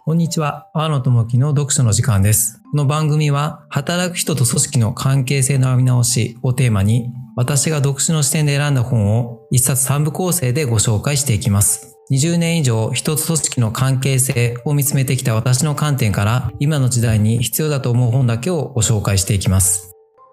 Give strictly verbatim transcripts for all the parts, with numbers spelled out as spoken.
こんにちは。阿野智樹の読書の時間です。この番組は、働く人と組織の関係性の見直しをテーマに、私が読書の視点で選んだ本を一冊三部構成でご紹介していきます。にじゅうねん以上、人と組織の関係性を見つめてきた私の観点から、今の時代に必要だと思う本だけをご紹介していきます。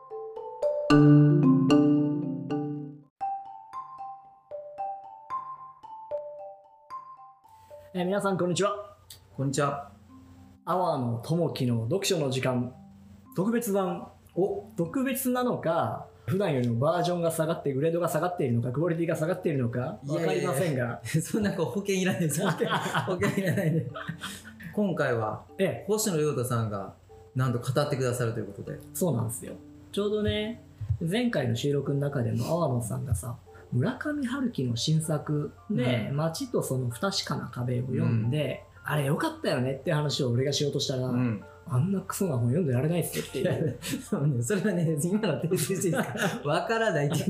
えー、皆さんこんにちは。 こんにちは。 阿野智樹の読書の時間特別版。お特別なのか、普段よりもバージョンが下がってグレードが下がっているのか、クオリティが下がっているのか分かりませんが、いやいやいやそんなこう保険いらないです保険保険いらないで今回は、ええ、星野亮太さんがなんと語ってくださるということで。 そうなんですよ。ちょうどね、前回の収録の中でも阿野さんがさ、村上春樹の新作で、うん、街とその不確かな壁を読んで、うん、あれよかったよねって話を俺がしようとしたら、うん、あんなクソな本読んでられないっすよっていうそうね、それはね、今の訂正していいですかわからないっていう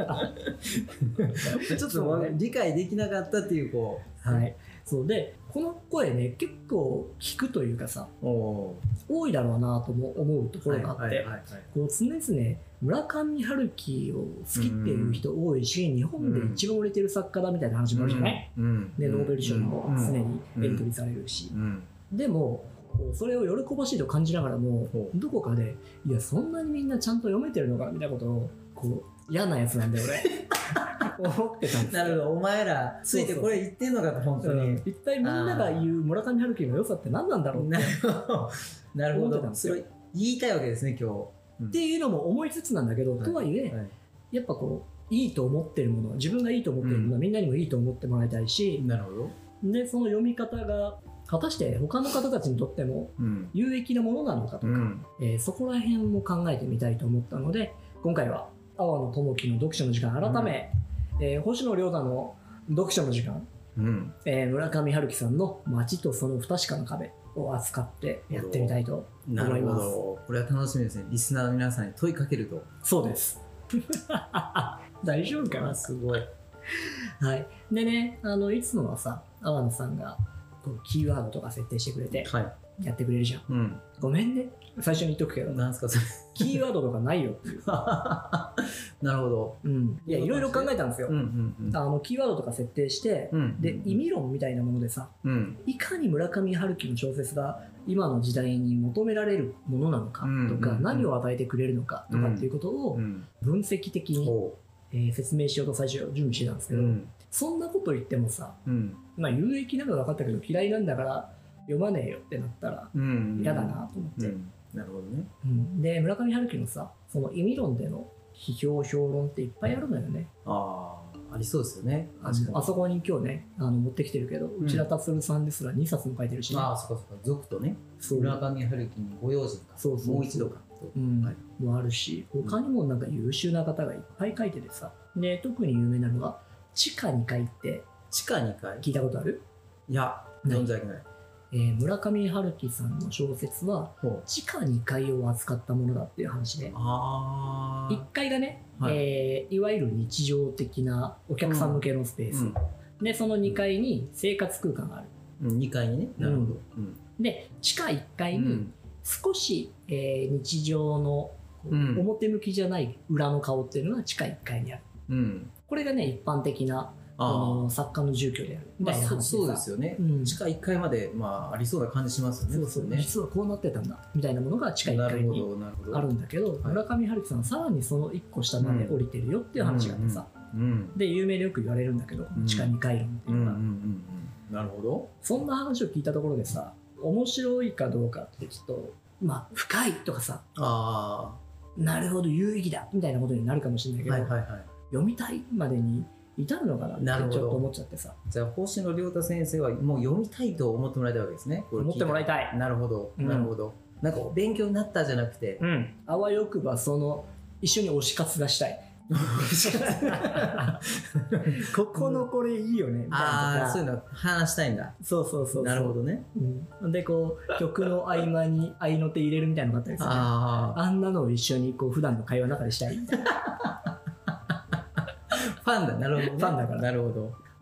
ちょっと、ね、理解できなかったっていうこう、はい、そうで、この声ね結構聞くというかさ、多いだろうなとも思うところがあって、こう常々村上春樹を好きっていう人多いし、うん、日本で一番売れてる作家だみたいな話もあるじゃない、うん、でノーベル賞にも常にエントリーされるし、うん、でもそれを喜ばしいと感じながらも、どこかでいやそんなにみんなちゃんと読めてるのかみたいなことをこう嫌なやつなんだよ俺思ってたんです。 なるほど、お前らついてこれ言ってんのかと。本当に、うん、 一体みんなが言う村上春樹の良さって何なんだろうってなるほど、それ言いたいわけですね今日、 うん、っていうのも思いつつなんだけど、はい、とはいえ、はい、やっぱこういいと思ってるものは、自分がいいと思ってるものは、うん、みんなにもいいと思ってもらいたいし、 なるほど。でその読み方が果たして他の方たちにとっても有益なものなのかとか、うん、えー、そこら辺も考えてみたいと思ったので、今回は阿野智樹の読書の時間改め、うん、えー、星野亮太の読書の時間、うん、えー、村上春樹さんの街とその不確かな壁を扱ってやってみたいと思います。なるほど、 これは楽しみですね。リスナーの皆さんに問いかけると。 そうです大丈夫かな。 すごい。 はい。でね、あのいつもはさ、阿野さんがキーワードとか設定してくれてやってくれるじゃん、うん、ごめんね最初に言っとくけど、 なんすかそれキーワードとかないよっていうなるほど、 うん、いやいろいろ考えたんですよ、うんうんうん、あのキーワードとか設定して、うんうん、で意味論みたいなものでさ、うん、いかに村上春樹の小説が今の時代に求められるものなのかとか、うんうんうん、何を与えてくれるのかとかっていうことを分析的に、うん、えー、説明しようと最初準備してたんですけど、うん、そんなこと言ってもさ、うん、まあ有益なのは分かったけど嫌いなんだから読まねえよってなったら嫌だなと思って、うんうんうん、なるほどね、 うん、で村上春樹のさ、その意味論での批評評論っていっぱいあるのよね。 ああ、ありそうですよね。 あ, あそこに今日ね、あの持ってきてるけど、うん、内田達さんですらにさつも書いてるし、ね、 ああ、そっかそっか、続とね、村上春樹にご用心か、そうそうそう、もう一度かと、 うん、はい、もあるし、他にもなんか優秀な方がいっぱい書いててさ、で特に有名なのが地下にかいって、 地下にかい聞いたことある？ いや、存じ上げない。 えー、村上春樹さんの小説は地下にかいを扱ったものだっていう話で、あいっかいがね、はい、えー、いわゆる日常的なお客さん向けのスペース、うんうん、でそのにかいに生活空間がある、 うん、にかいにね、なるほど、 うん、で地下いっかいに少し、えー、日常の表向きじゃない裏の顔っていうのが地下いっかいにある、うん、これがね一般的なあの作家の住居であるみたいな話でさ、まあ、 そうですよね、うん、地下いっかいまで、まあ、ありそうな感じしますよね。 そうそう、ね、実はこうなってたんだみたいなものが地下いっかいにあるんだけど、村上春樹さんはさらにそのいっこ下まで降りてるよっていう話があってさ、うんうんうん、で有名でよく言われるんだけど、うん、地下にかい論っていうのが、うんうんうんうん、なるほど。 そんな話を聞いたところでさ、面白いかどうかってちょっとまあ深いとかさ、あなるほど有意義だみたいなことになるかもしれないけど、はいはいはい、読みたいまでに至るのかなってちょっと思っちゃってさ。 じゃあ星野亮太先生はもう読みたいと思ってもらいたいわけですね。 思ってもらいたい。 なるほど、うん、なるほど。なんか勉強になったじゃなくて、うん、 あわよくばその一緒に推し活がしたいここのこれいいよねみたいな、 あ、そういうの話したいんだ。 そうそうそうそう、 なるほどね、 うん、でこう曲の合間に合いの手入れるみたいなのがあったりする、ね、あ, あんなのを一緒にこう普段の会話の中でしたいみたいなファンだ、なるほど、ね、 ファンだから。 なるほど。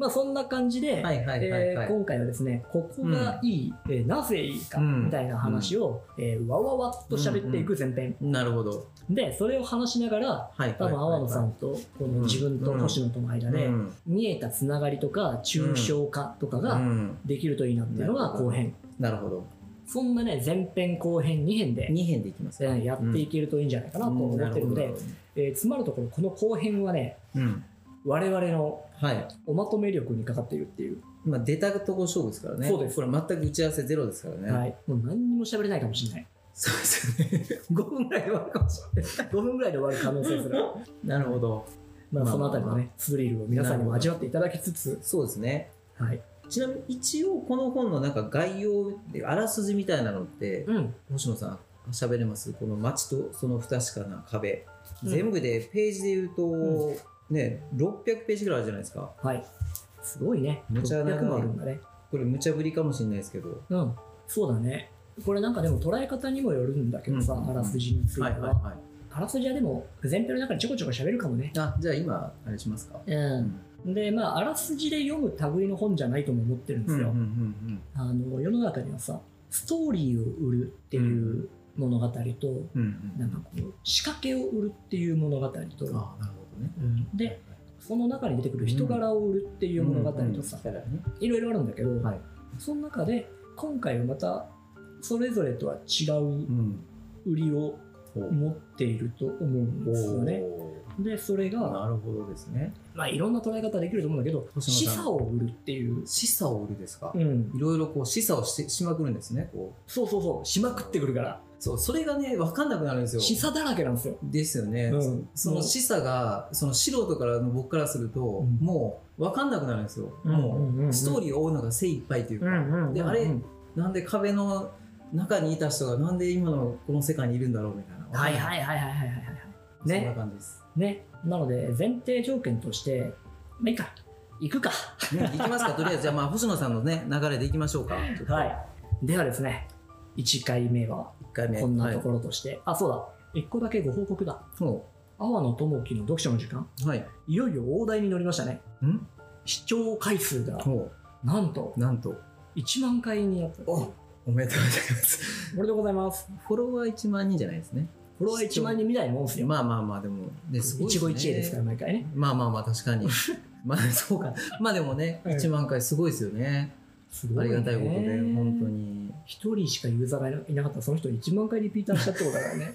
まあそんな感じで、 はいはいはいはいえー今回はですね、ここがいい、えーなぜいいかみたいな話を、えーわわわっと喋っていく前編、 なるほど。 でそれを話しながら、 はいはいはいはい多分阿野さんとこの自分と星野との間で、 うん見えたつながりとか抽象化とかうがんできるといいなっていうのが後編。 なるほど。 そんなね、前編後編に編でに編でいきますか。 えーやっていけるといいんじゃないかなと思ってるので、 うんなるほどえーつまるところこの後編はね、 うん。 我々のはい。 おまとめ力にかかっているっていう、 まあ出たとこ勝負ですからね。 そうですこれ全く打ち合わせゼロですからね。 はい、もう何にも喋れないかもしれない。 そうですよね。 ごふんぐらいで終わるかもしれない。ごふんぐらいで終わる可能性する。 なるほど。 まあまあそのあたりのね、スリルを皆さんにも味わっていただきつつ、 そうですね。 はい。 ちなみに一応この本のなんか概要であらすじみたいなのって、 うん。 星野さん喋れます？この街とその不確かな壁、 うん全部でページで言うと、 うねろっぴゃくページぐらいあるじゃないですか。 はい。すごいね。 むちゃ長いろっぴゃくもあるんだね。 これ無茶ぶりかもしれないですけど。 うん。そうだね。これなんかでも捉え方にもよるんだけどさ、 うんあらすじについては。 はいはいはい。 あらすじはでも前編の中でちょこちょこ喋るかもね。 あ、じゃあ今あれしますか。 うん。で、まあ、あらすじで読む類の本じゃないとも思ってるんですよ。 うんうんうんあの世の中にはさ、ストーリーを売るっていう物語と、 うんうんなんかこう仕掛けを売るっていう物語と、 ああ、なるほどね。 うんでその中に出てくる人柄を売るっていう物語とさ、 キャラね。 いろいろあるんだけど、 はい。 その中で今回はまたそれぞれとは違ううん。 売りを持っていると思うんですよね。でそれが、 なるほどですね。 まあ、いろんな捉え方できると思うんだけど、 星野さん示唆を売るっていう、 示唆を売るですか。 うん、 いろいろこう示唆をししまくるんですね。こう。 そうそうそうしまくってくるからそう、それがね分かんなくなるんですよ。 示唆だらけなんですよ。 ですよね。 うんその示唆がその素人からの僕からすると、 うんもう分かんなくなるんですよ。 うんもうんうんうんうストーリーを追うのが精一杯というか。 うんうんうんであれなんで壁の中にいた人がなんで今のこの世界にいるんだろうみたいな。 はいはいはいはいはいはいはいそんなね感じです。 ねなので前提条件としてまあいいか行くかね、いきますかとりあえずじゃあまあ星野さんのね流れでいきましょうか。ちょっとはいではですねいっかいめはいっかいめこんなところとして、あそうだいっこだけご報告だ。 ろ。 阿波野智樹の読書の時間はい。 いよいよ大台に乗りましたね。 ん？ 視聴回数がほなんとう。なんと。 いちまんかいになった。 おおめでとうございます。 おめでとうございます。 フォロワーいちまんにんじゃないですね。 フォロワーいちまんにんみたいなもんですよ。 まあまあまあでも、ね、すごいですね。 一期一会ですから毎回ね。 まあまあまあ確かに。まあそうか。まあでもね、 はいいちまんかいすごいですよね。 すごいねありがたいことで、本当に。 一人しかユーザーがいなかったらその人いちまんかいリピーターしたってことだからね。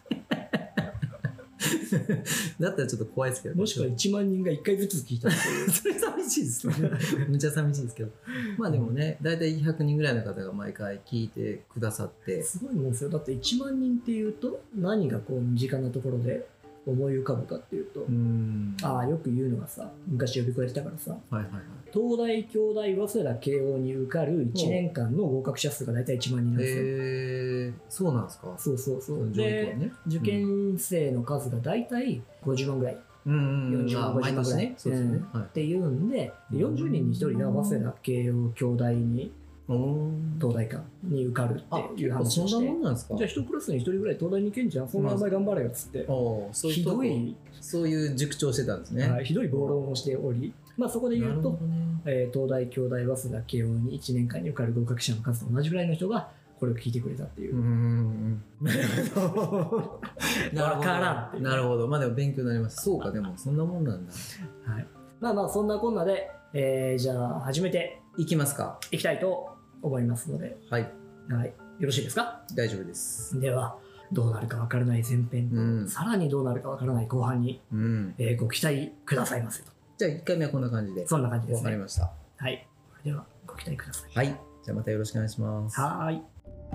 だったらちょっと怖いですけど。 もしくはいちまんにんがいっかいずつ聞いたっていう。 それ寂しいですね。むちゃ寂しいですけど。まあでもね、大体ひゃくにんぐらいの方が毎回聞いてくださって。 すごいもんですよ。だっていちまんにんっていうと何がこう身近なところで思い浮かぶかっていうと、 うーん。 ああよく言うのがさ、昔呼び声したからさ、 はいはいはい。 東大京大早稲田慶応に受かるいちねんかんの合格者数が大体いちまんにんなんですよ。 へえ、そうなんですか。 そうそうそう。 状況で、 ね。 受験生の数が大体ごじゅうまんぐらい。 うんうんうん。 よんじゅうまんまあ毎年ごじゅうまんぐらいね。そうですね。はい。 っていうんで、よんじゅうにんにひとりが早稲田慶応京大におー東大かに受かるあ、 っていう結構そんな話をして、 もんなんですか。 じゃあ一クラスにひとりぐらい東大に行けんじゃん、そんなお前頑張れよっつって、 おーそういうひとこどい、 そういう塾長してたんですね。 はいひどい暴論をしており、まあ、そこで言うと、 なるほどね。 えー東大京大早稲田慶応にいちねんかんに受かる合格者の数と同じぐらいの人がこれを聞いてくれたっていうう、 ーん。なるほど。 わからんっていうなるほど。まあでも勉強になります。そうか、でもそんなもんなんだ。 はい、まあまあそんなこんなで、えーじゃあ始めていきますか。 いきたいと思いますので、 はい。 はい、よろしいですか。 大丈夫です。 ではどうなるかわからない前編、 うん。 さらにどうなるかわからない後半に、 うん。 えーご期待くださいませと、 じゃあいっかいめはこんな感じで。 そんな感じですね。 わかりました。 はい、それではご期待ください。 はい。じゃあまたよろしくお願いします。 はーい。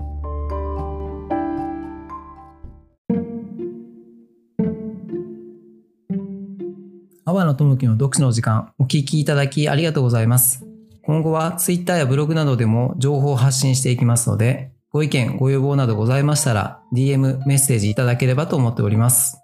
阿波野智樹の読書の時間、お聞きいただきありがとうございます。今後はツイッターやブログなどでも情報を発信していきますので、ご意見、ご要望などございましたら、ディーエム メッセージいただければと思っております。